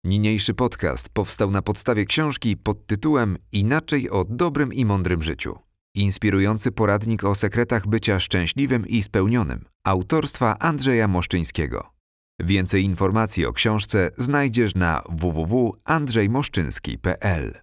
Niniejszy podcast powstał na podstawie książki pod tytułem Inaczej o dobrym i mądrym życiu. Inspirujący poradnik o sekretach bycia szczęśliwym i spełnionym. Autorstwa Andrzeja Moszczyńskiego. Więcej informacji o książce znajdziesz na www.andrzejmoszczyński.pl.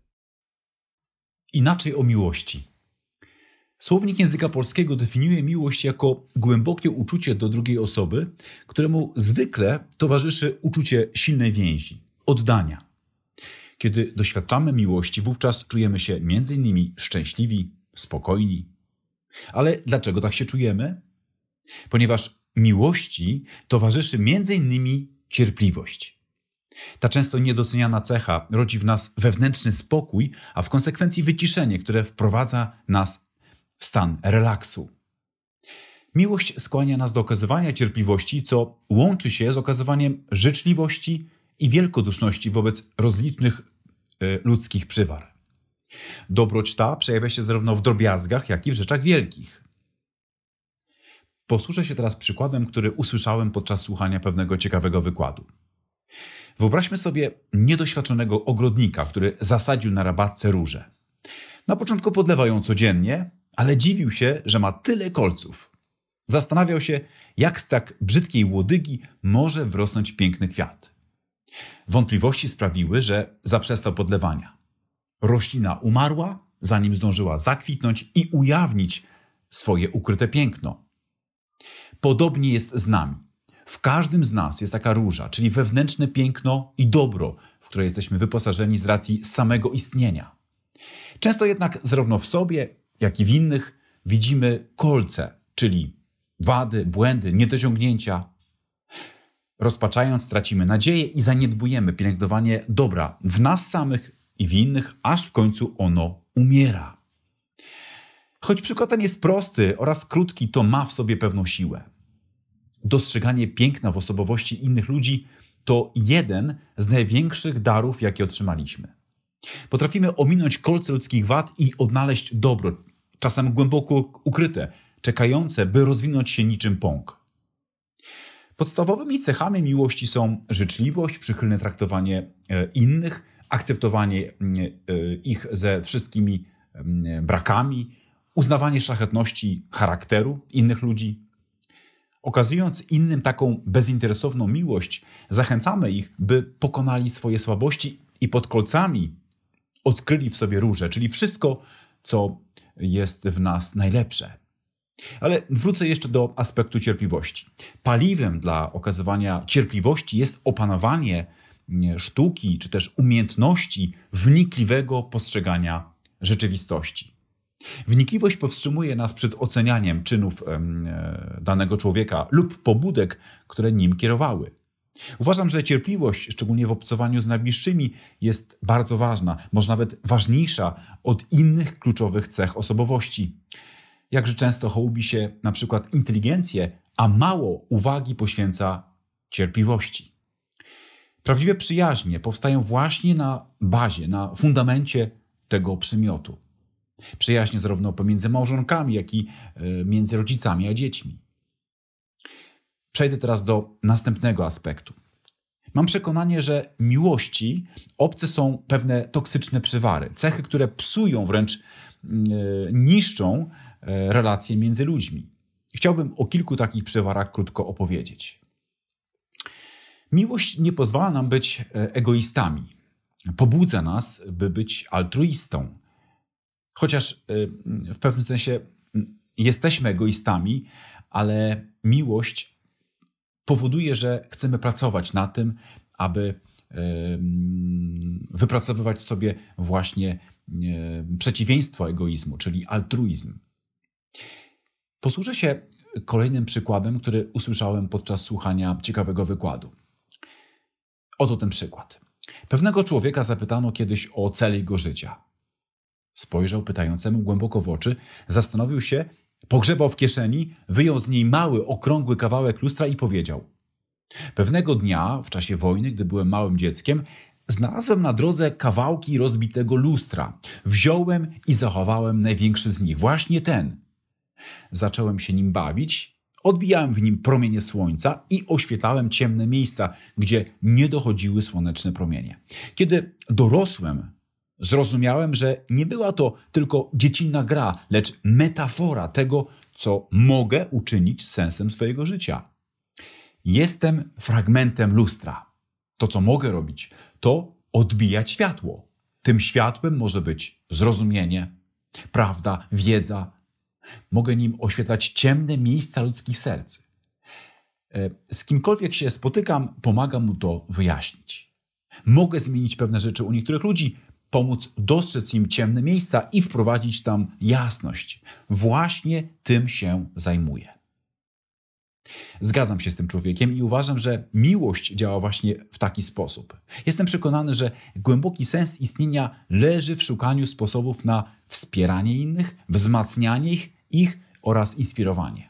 Inaczej o miłości. Słownik języka polskiego definiuje miłość jako głębokie uczucie do drugiej osoby, któremu zwykle towarzyszy uczucie silnej więzi, oddania. Kiedy doświadczamy miłości, wówczas czujemy się m.in. szczęśliwi, spokojni. Ale dlaczego tak się czujemy? Ponieważ miłości towarzyszy m.in. cierpliwość. Ta często niedoceniana cecha rodzi w nas wewnętrzny spokój, a w konsekwencji wyciszenie, które wprowadza nas w stan relaksu. Miłość skłania nas do okazywania cierpliwości, co łączy się z okazywaniem życzliwości i wielkoduszności wobec rozlicznych ludzkich przywar. Dobroć ta przejawia się zarówno w drobiazgach, jak i w rzeczach wielkich. Posłużę się teraz przykładem, który usłyszałem podczas słuchania pewnego ciekawego wykładu. Wyobraźmy sobie niedoświadczonego ogrodnika, który zasadził na rabatce róże. Na początku podlewał ją codziennie, ale dziwił się, że ma tyle kolców. Zastanawiał się, jak z tak brzydkiej łodygi może wrosnąć piękny kwiat. Wątpliwości sprawiły, że zaprzestał podlewania. Roślina umarła, zanim zdążyła zakwitnąć i ujawnić swoje ukryte piękno. Podobnie jest z nami. W każdym z nas jest taka róża, czyli wewnętrzne piękno i dobro, w które jesteśmy wyposażeni z racji samego istnienia. Często jednak zarówno w sobie, jak i w innych widzimy kolce, czyli wady, błędy, niedociągnięcia. Rozpaczając, tracimy nadzieję i zaniedbujemy pielęgnowanie dobra w nas samych i w innych, aż w końcu ono umiera. Choć przykład ten jest prosty oraz krótki, to ma w sobie pewną siłę. Dostrzeganie piękna w osobowości innych ludzi to jeden z największych darów, jakie otrzymaliśmy. Potrafimy ominąć kolce ludzkich wad i odnaleźć dobro, czasem głęboko ukryte, czekające, by rozwinąć się niczym pąk. Podstawowymi cechami miłości są życzliwość, przychylne traktowanie innych, akceptowanie ich ze wszystkimi brakami, uznawanie szlachetności charakteru innych ludzi. Okazując innym taką bezinteresowną miłość, zachęcamy ich, by pokonali swoje słabości i pod kolcami odkryli w sobie róże, czyli wszystko, co jest w nas najlepsze. Ale wrócę jeszcze do aspektu cierpliwości. Paliwem dla okazywania cierpliwości jest opanowanie sztuki, czy też umiejętności wnikliwego postrzegania rzeczywistości. Wnikliwość powstrzymuje nas przed ocenianiem czynów danego człowieka lub pobudek, które nim kierowały. Uważam, że cierpliwość, szczególnie w obcowaniu z najbliższymi, jest bardzo ważna, może nawet ważniejsza od innych kluczowych cech osobowości. Jakże często hołubi się na przykład inteligencję, a mało uwagi poświęca cierpliwości. Prawdziwe przyjaźnie powstają właśnie na bazie, na fundamencie tego przymiotu. Przyjaźnie zarówno pomiędzy małżonkami, jak i między rodzicami a dziećmi. Przejdę teraz do następnego aspektu. Mam przekonanie, że miłości obce są pewne toksyczne przywary, cechy, które psują, wręcz niszczą relacje między ludźmi. Chciałbym o kilku takich przywarach krótko opowiedzieć. Miłość nie pozwala nam być egoistami. Pobudza nas, by być altruistą. Chociaż w pewnym sensie jesteśmy egoistami, ale miłość powoduje, że chcemy pracować na tym, aby wypracowywać sobie właśnie przeciwieństwo egoizmu, czyli altruizm. Posłużę się kolejnym przykładem, który usłyszałem podczas słuchania ciekawego wykładu. Oto ten przykład. Pewnego człowieka zapytano kiedyś o cel jego życia. Spojrzał pytającemu głęboko w oczy, zastanowił się, pogrzebał w kieszeni, wyjął z niej mały, okrągły kawałek lustra i powiedział: pewnego dnia, w czasie wojny, gdy byłem małym dzieckiem, znalazłem na drodze kawałki rozbitego lustra. Wziąłem i zachowałem największy z nich, właśnie ten. Zacząłem się nim bawić, Odbijałem w nim promienie słońca i oświetlałem ciemne miejsca, gdzie nie dochodziły słoneczne promienie. Kiedy dorosłem, zrozumiałem, że nie była to tylko dziecinna gra, lecz metafora tego, co mogę uczynić z sensem swojego życia. Jestem fragmentem lustra. To, co mogę robić, to odbijać światło. Tym światłem może być zrozumienie, prawda, wiedza. Mogę nim oświetlać ciemne miejsca ludzkich serc. Z kimkolwiek się spotykam, pomagam mu to wyjaśnić. Mogę zmienić pewne rzeczy u niektórych ludzi, pomóc dostrzec im ciemne miejsca i wprowadzić tam jasność. Właśnie tym się zajmuję. Zgadzam się z tym człowiekiem i uważam, że miłość działa właśnie w taki sposób. Jestem przekonany, że głęboki sens istnienia leży w szukaniu sposobów na wspieranie innych, wzmacnianie ich oraz inspirowanie.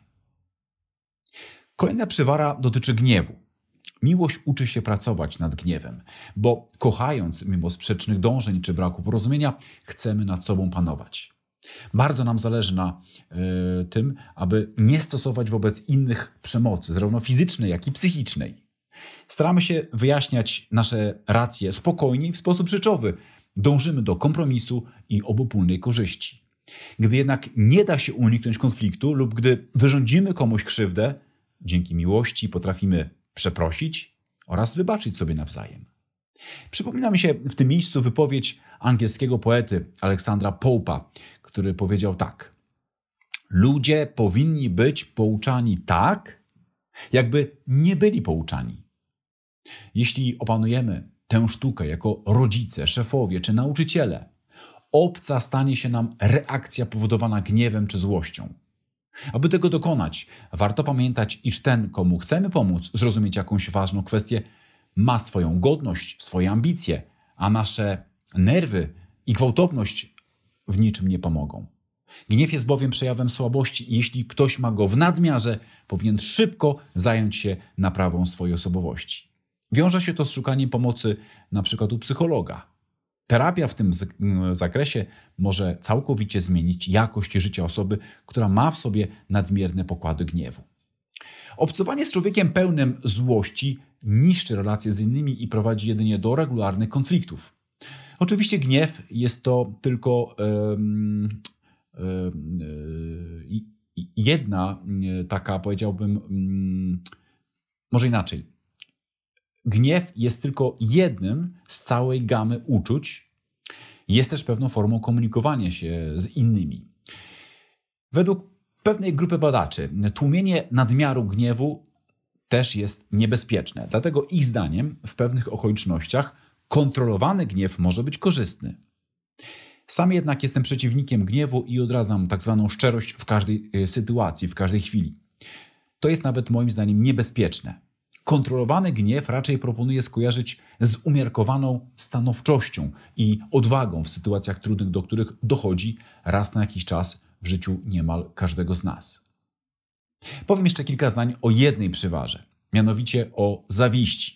Kolejna przywara dotyczy gniewu. Miłość uczy się pracować nad gniewem, bo kochając mimo sprzecznych dążeń czy braku porozumienia, chcemy nad sobą panować. Bardzo nam zależy na tym, aby nie stosować wobec innych przemocy, zarówno fizycznej, jak i psychicznej. Staramy się wyjaśniać nasze racje spokojnie i w sposób rzeczowy. Dążymy do kompromisu i obopólnej korzyści. Gdy jednak nie da się uniknąć konfliktu lub gdy wyrządzimy komuś krzywdę, dzięki miłości potrafimy przeprosić oraz wybaczyć sobie nawzajem. Przypomina mi się w tym miejscu wypowiedź angielskiego poety Aleksandra Pope'a, który powiedział tak: ludzie powinni być pouczani tak, jakby nie byli pouczani. Jeśli opanujemy tę sztukę jako rodzice, szefowie czy nauczyciele, obca stanie się nam reakcja powodowana gniewem czy złością. Aby tego dokonać, warto pamiętać, iż ten, komu chcemy pomóc zrozumieć jakąś ważną kwestię, ma swoją godność, swoje ambicje, a nasze nerwy i gwałtowność w niczym nie pomogą. Gniew jest bowiem przejawem słabości i jeśli ktoś ma go w nadmiarze, powinien szybko zająć się naprawą swojej osobowości. Wiąże się to z szukaniem pomocy np. u psychologa. Terapia w tym zakresie może całkowicie zmienić jakość życia osoby, która ma w sobie nadmierne pokłady gniewu. Obcowanie z człowiekiem pełnym złości niszczy relacje z innymi i prowadzi jedynie do regularnych konfliktów. Oczywiście gniew jest to tylko jedna taka, powiedziałbym, może inaczej. Gniew jest tylko jednym z całej gamy uczuć. Jest też pewną formą komunikowania się z innymi. Według pewnej grupy badaczy tłumienie nadmiaru gniewu też jest niebezpieczne. Dlatego ich zdaniem w pewnych okolicznościach kontrolowany gniew może być korzystny. Sam jednak jestem przeciwnikiem gniewu i odradzam tak zwaną szczerość w każdej sytuacji, w każdej chwili. To jest nawet moim zdaniem niebezpieczne. Kontrolowany gniew raczej proponuję skojarzyć z umiarkowaną stanowczością i odwagą w sytuacjach trudnych, do których dochodzi raz na jakiś czas w życiu niemal każdego z nas. Powiem jeszcze kilka zdań o jednej przeważy, mianowicie o zawiści.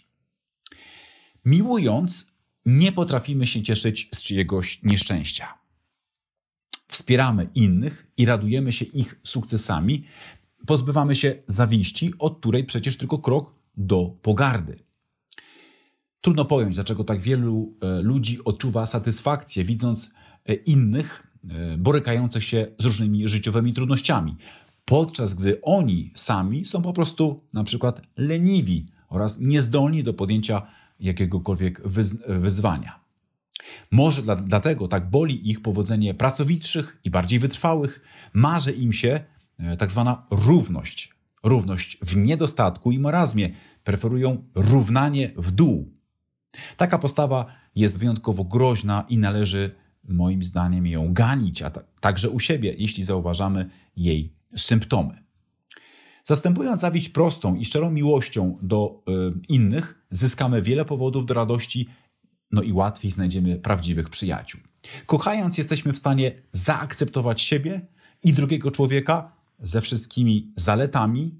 Miłując, nie potrafimy się cieszyć z czyjegoś nieszczęścia. Wspieramy innych i radujemy się ich sukcesami, pozbywamy się zawiści, od której przecież tylko krok do pogardy. Trudno pojąć, dlaczego tak wielu ludzi odczuwa satysfakcję, widząc innych borykających się z różnymi życiowymi trudnościami, podczas gdy oni sami są po prostu na przykład leniwi oraz niezdolni do podjęcia jakiegokolwiek wyzwania. Może dlatego tak boli ich powodzenie pracowitszych i bardziej wytrwałych, marzy im się tak zwana równość. Równość w niedostatku i marazmie. Preferują równanie w dół. Taka postawa jest wyjątkowo groźna i należy moim zdaniem ją ganić, a także u siebie, jeśli zauważamy jej symptomy. Zastępując zawiść prostą i szczerą miłością do innych, zyskamy wiele powodów do radości, no i łatwiej znajdziemy prawdziwych przyjaciół. Kochając, jesteśmy w stanie zaakceptować siebie i drugiego człowieka ze wszystkimi zaletami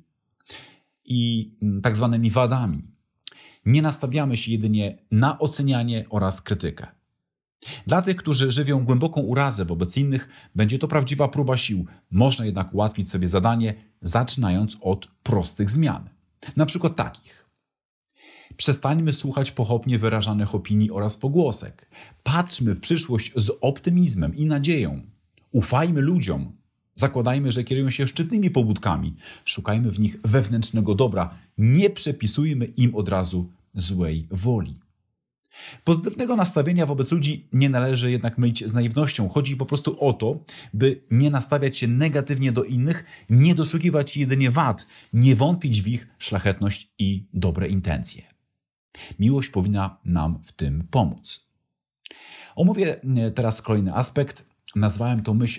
i tak zwanymi wadami. Nie nastawiamy się jedynie na ocenianie oraz krytykę. Dla tych, którzy żywią głęboką urazę wobec innych, będzie to prawdziwa próba sił. Można jednak ułatwić sobie zadanie, zaczynając od prostych zmian. Na przykład takich. Przestańmy słuchać pochopnie wyrażanych opinii oraz pogłosek. Patrzmy w przyszłość z optymizmem i nadzieją. Ufajmy ludziom. Zakładajmy, że kierują się szczytnymi pobudkami. Szukajmy w nich wewnętrznego dobra. Nie przepisujmy im od razu złej woli. Pozytywnego nastawienia wobec ludzi nie należy jednak mylić z naiwnością. Chodzi po prostu o to, by nie nastawiać się negatywnie do innych, nie doszukiwać jedynie wad, nie wątpić w ich szlachetność i dobre intencje. Miłość powinna nam w tym pomóc. Omówię teraz kolejny aspekt. Nazwałem tą myśl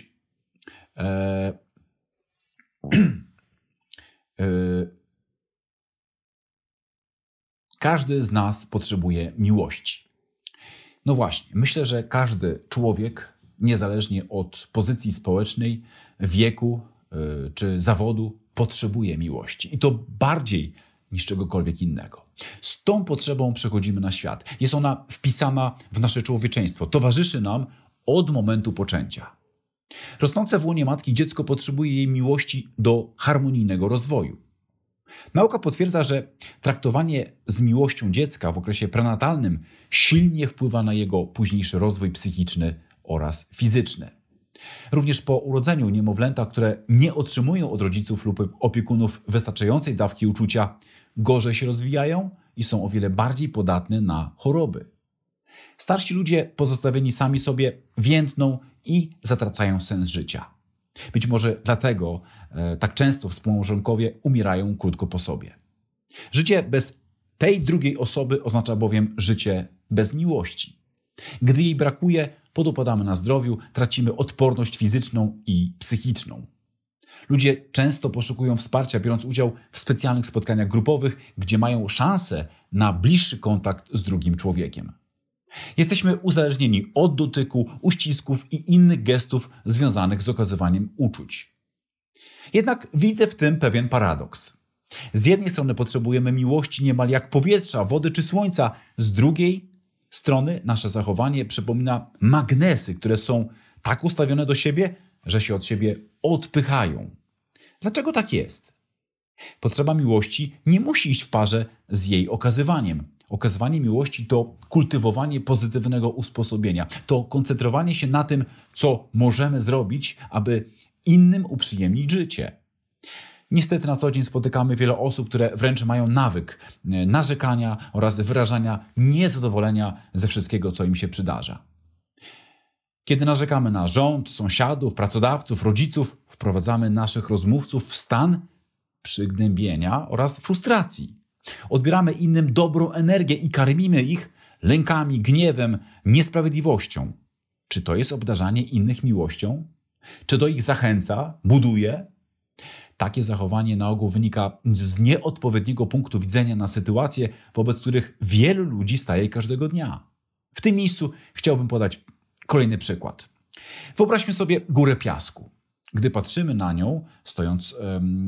każdy z nas potrzebuje miłości. No właśnie, myślę, że każdy człowiek, niezależnie od pozycji społecznej, wieku czy zawodu, potrzebuje miłości. I to bardziej niż czegokolwiek innego. Z tą potrzebą przechodzimy na świat. Jest ona wpisana w nasze człowieczeństwo. Towarzyszy nam od momentu poczęcia. Rosnące w łonie matki dziecko potrzebuje jej miłości do harmonijnego rozwoju. Nauka potwierdza, że traktowanie z miłością dziecka w okresie prenatalnym silnie wpływa na jego późniejszy rozwój psychiczny oraz fizyczny. Również po urodzeniu niemowlęta, które nie otrzymują od rodziców lub opiekunów wystarczającej dawki uczucia, gorzej się rozwijają i są o wiele bardziej podatne na choroby. Starsi ludzie pozostawieni sami sobie więdną i zatracają sens życia. Być może dlatego tak często współmałżonkowie umierają krótko po sobie. Życie bez tej drugiej osoby oznacza bowiem życie bez miłości. Gdy jej brakuje, podupadamy na zdrowiu, tracimy odporność fizyczną i psychiczną. Ludzie często poszukują wsparcia, biorąc udział w specjalnych spotkaniach grupowych, gdzie mają szansę na bliższy kontakt z drugim człowiekiem. Jesteśmy uzależnieni od dotyku, uścisków i innych gestów związanych z okazywaniem uczuć. Jednak widzę w tym pewien paradoks. Z jednej strony potrzebujemy miłości niemal jak powietrza, wody czy słońca, z drugiej strony nasze zachowanie przypomina magnesy, które są tak ustawione do siebie, że się od siebie odpychają. Dlaczego tak jest? Potrzeba miłości nie musi iść w parze z jej okazywaniem. Okazywanie miłości to kultywowanie pozytywnego usposobienia. To koncentrowanie się na tym, co możemy zrobić, aby innym uprzyjemnić życie. Niestety na co dzień spotykamy wiele osób, które wręcz mają nawyk narzekania oraz wyrażania niezadowolenia ze wszystkiego, co im się przydarza. Kiedy narzekamy na rząd, sąsiadów, pracodawców, rodziców, wprowadzamy naszych rozmówców w stan przygnębienia oraz frustracji. Odbieramy innym dobrą energię i karmimy ich lękami, gniewem, niesprawiedliwością. Czy to jest obdarzanie innych miłością? Czy to ich zachęca, buduje? Takie zachowanie na ogół wynika z nieodpowiedniego punktu widzenia na sytuacje, wobec których wielu ludzi staje każdego dnia. W tym miejscu chciałbym podać kolejny przykład. Wyobraźmy sobie górę piasku. Gdy patrzymy na nią, stojąc,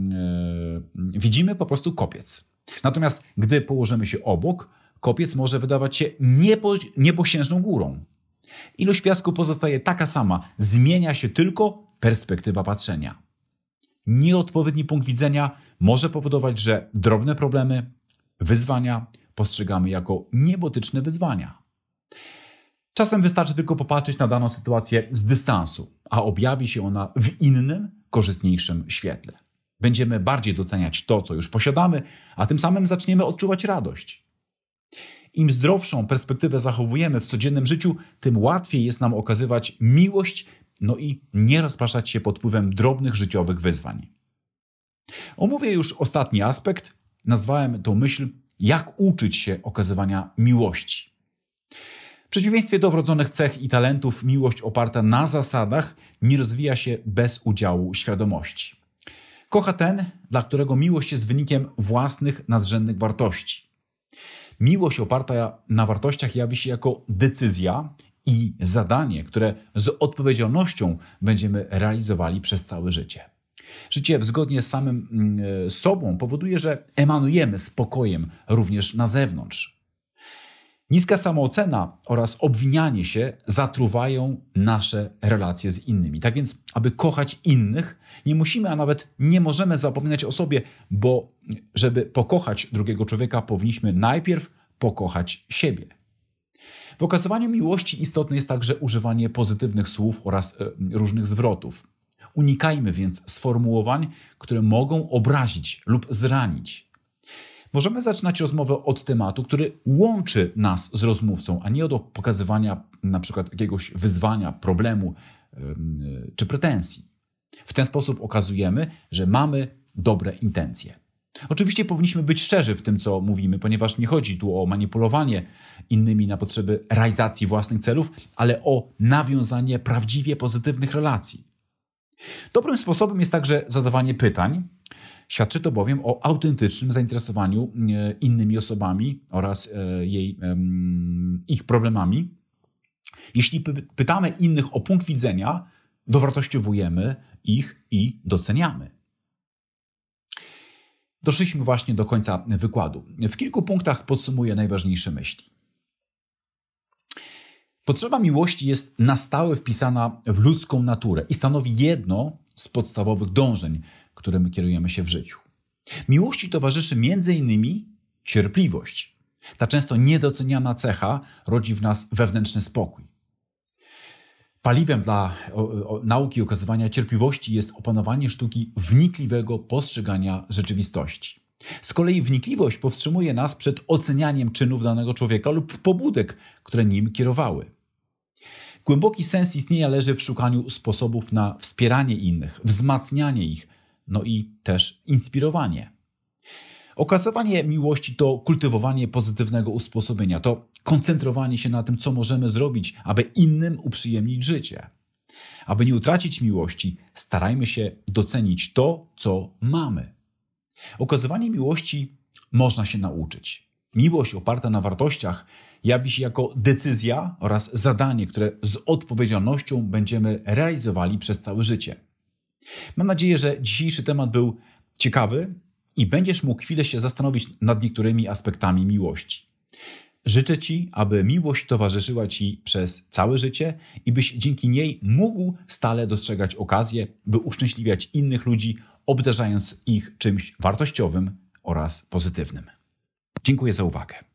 widzimy po prostu kopiec. Natomiast gdy położymy się obok, kopiec może wydawać się niebosiężną górą. Ilość piasku pozostaje taka sama, zmienia się tylko perspektywa patrzenia. Nieodpowiedni punkt widzenia może powodować, że drobne problemy, wyzwania postrzegamy jako niebotyczne wyzwania. Czasem wystarczy tylko popatrzeć na daną sytuację z dystansu, a objawi się ona w innym, korzystniejszym świetle. Będziemy bardziej doceniać to, co już posiadamy, a tym samym zaczniemy odczuwać radość. Im zdrowszą perspektywę zachowujemy w codziennym życiu, tym łatwiej jest nam okazywać miłość, no i nie rozpraszać się pod wpływem drobnych życiowych wyzwań. Omówię już ostatni aspekt. Nazwałem tą myśl, jak uczyć się okazywania miłości. W przeciwieństwie do wrodzonych cech i talentów, miłość oparta na zasadach nie rozwija się bez udziału świadomości. Kocha ten, dla którego miłość jest wynikiem własnych nadrzędnych wartości. Miłość oparta na wartościach jawi się jako decyzja i zadanie, które z odpowiedzialnością będziemy realizowali przez całe życie. Życie zgodnie z samym sobą powoduje, że emanujemy spokojem również na zewnątrz. Niska samoocena oraz obwinianie się zatruwają nasze relacje z innymi. Tak więc, aby kochać innych, nie musimy, a nawet nie możemy zapominać o sobie, bo żeby pokochać drugiego człowieka, powinniśmy najpierw pokochać siebie. W okazywaniu miłości istotne jest także używanie pozytywnych słów oraz różnych zwrotów. Unikajmy więc sformułowań, które mogą obrazić lub zranić. Możemy zaczynać rozmowę od tematu, który łączy nas z rozmówcą, a nie od pokazywania na przykład jakiegoś wyzwania, problemu czy pretensji. W ten sposób okazujemy, że mamy dobre intencje. Oczywiście powinniśmy być szczerzy w tym, co mówimy, ponieważ nie chodzi tu o manipulowanie innymi na potrzeby realizacji własnych celów, ale o nawiązanie prawdziwie pozytywnych relacji. Dobrym sposobem jest także zadawanie pytań. Świadczy to bowiem o autentycznym zainteresowaniu innymi osobami oraz ich problemami. Jeśli pytamy innych o punkt widzenia, dowartościowujemy ich i doceniamy. Doszliśmy właśnie do końca wykładu. W kilku punktach podsumuję najważniejsze myśli. Potrzeba miłości jest na stałe wpisana w ludzką naturę i stanowi jedno z podstawowych dążeń, którymi kierujemy się w życiu. Miłości towarzyszy m.in. cierpliwość. Ta często niedoceniana cecha rodzi w nas wewnętrzny spokój. Paliwem dla nauki okazywania cierpliwości jest opanowanie sztuki wnikliwego postrzegania rzeczywistości. Z kolei wnikliwość powstrzymuje nas przed ocenianiem czynów danego człowieka lub pobudek, które nim kierowały. Głęboki sens istnienia leży w szukaniu sposobów na wspieranie innych, wzmacnianie ich, no i też inspirowanie. Okazywanie miłości to kultywowanie pozytywnego usposobienia, to koncentrowanie się na tym, co możemy zrobić, aby innym uprzyjemnić życie. Aby nie utracić miłości, starajmy się docenić to, co mamy. Okazywanie miłości można się nauczyć. Miłość oparta na wartościach jawi się jako decyzja oraz zadanie, które z odpowiedzialnością będziemy realizowali przez całe życie. Mam nadzieję, że dzisiejszy temat był ciekawy i będziesz mógł chwilę się zastanowić nad niektórymi aspektami miłości. Życzę Ci, aby miłość towarzyszyła Ci przez całe życie i byś dzięki niej mógł stale dostrzegać okazję, by uszczęśliwiać innych ludzi, obdarzając ich czymś wartościowym oraz pozytywnym. Dziękuję za uwagę.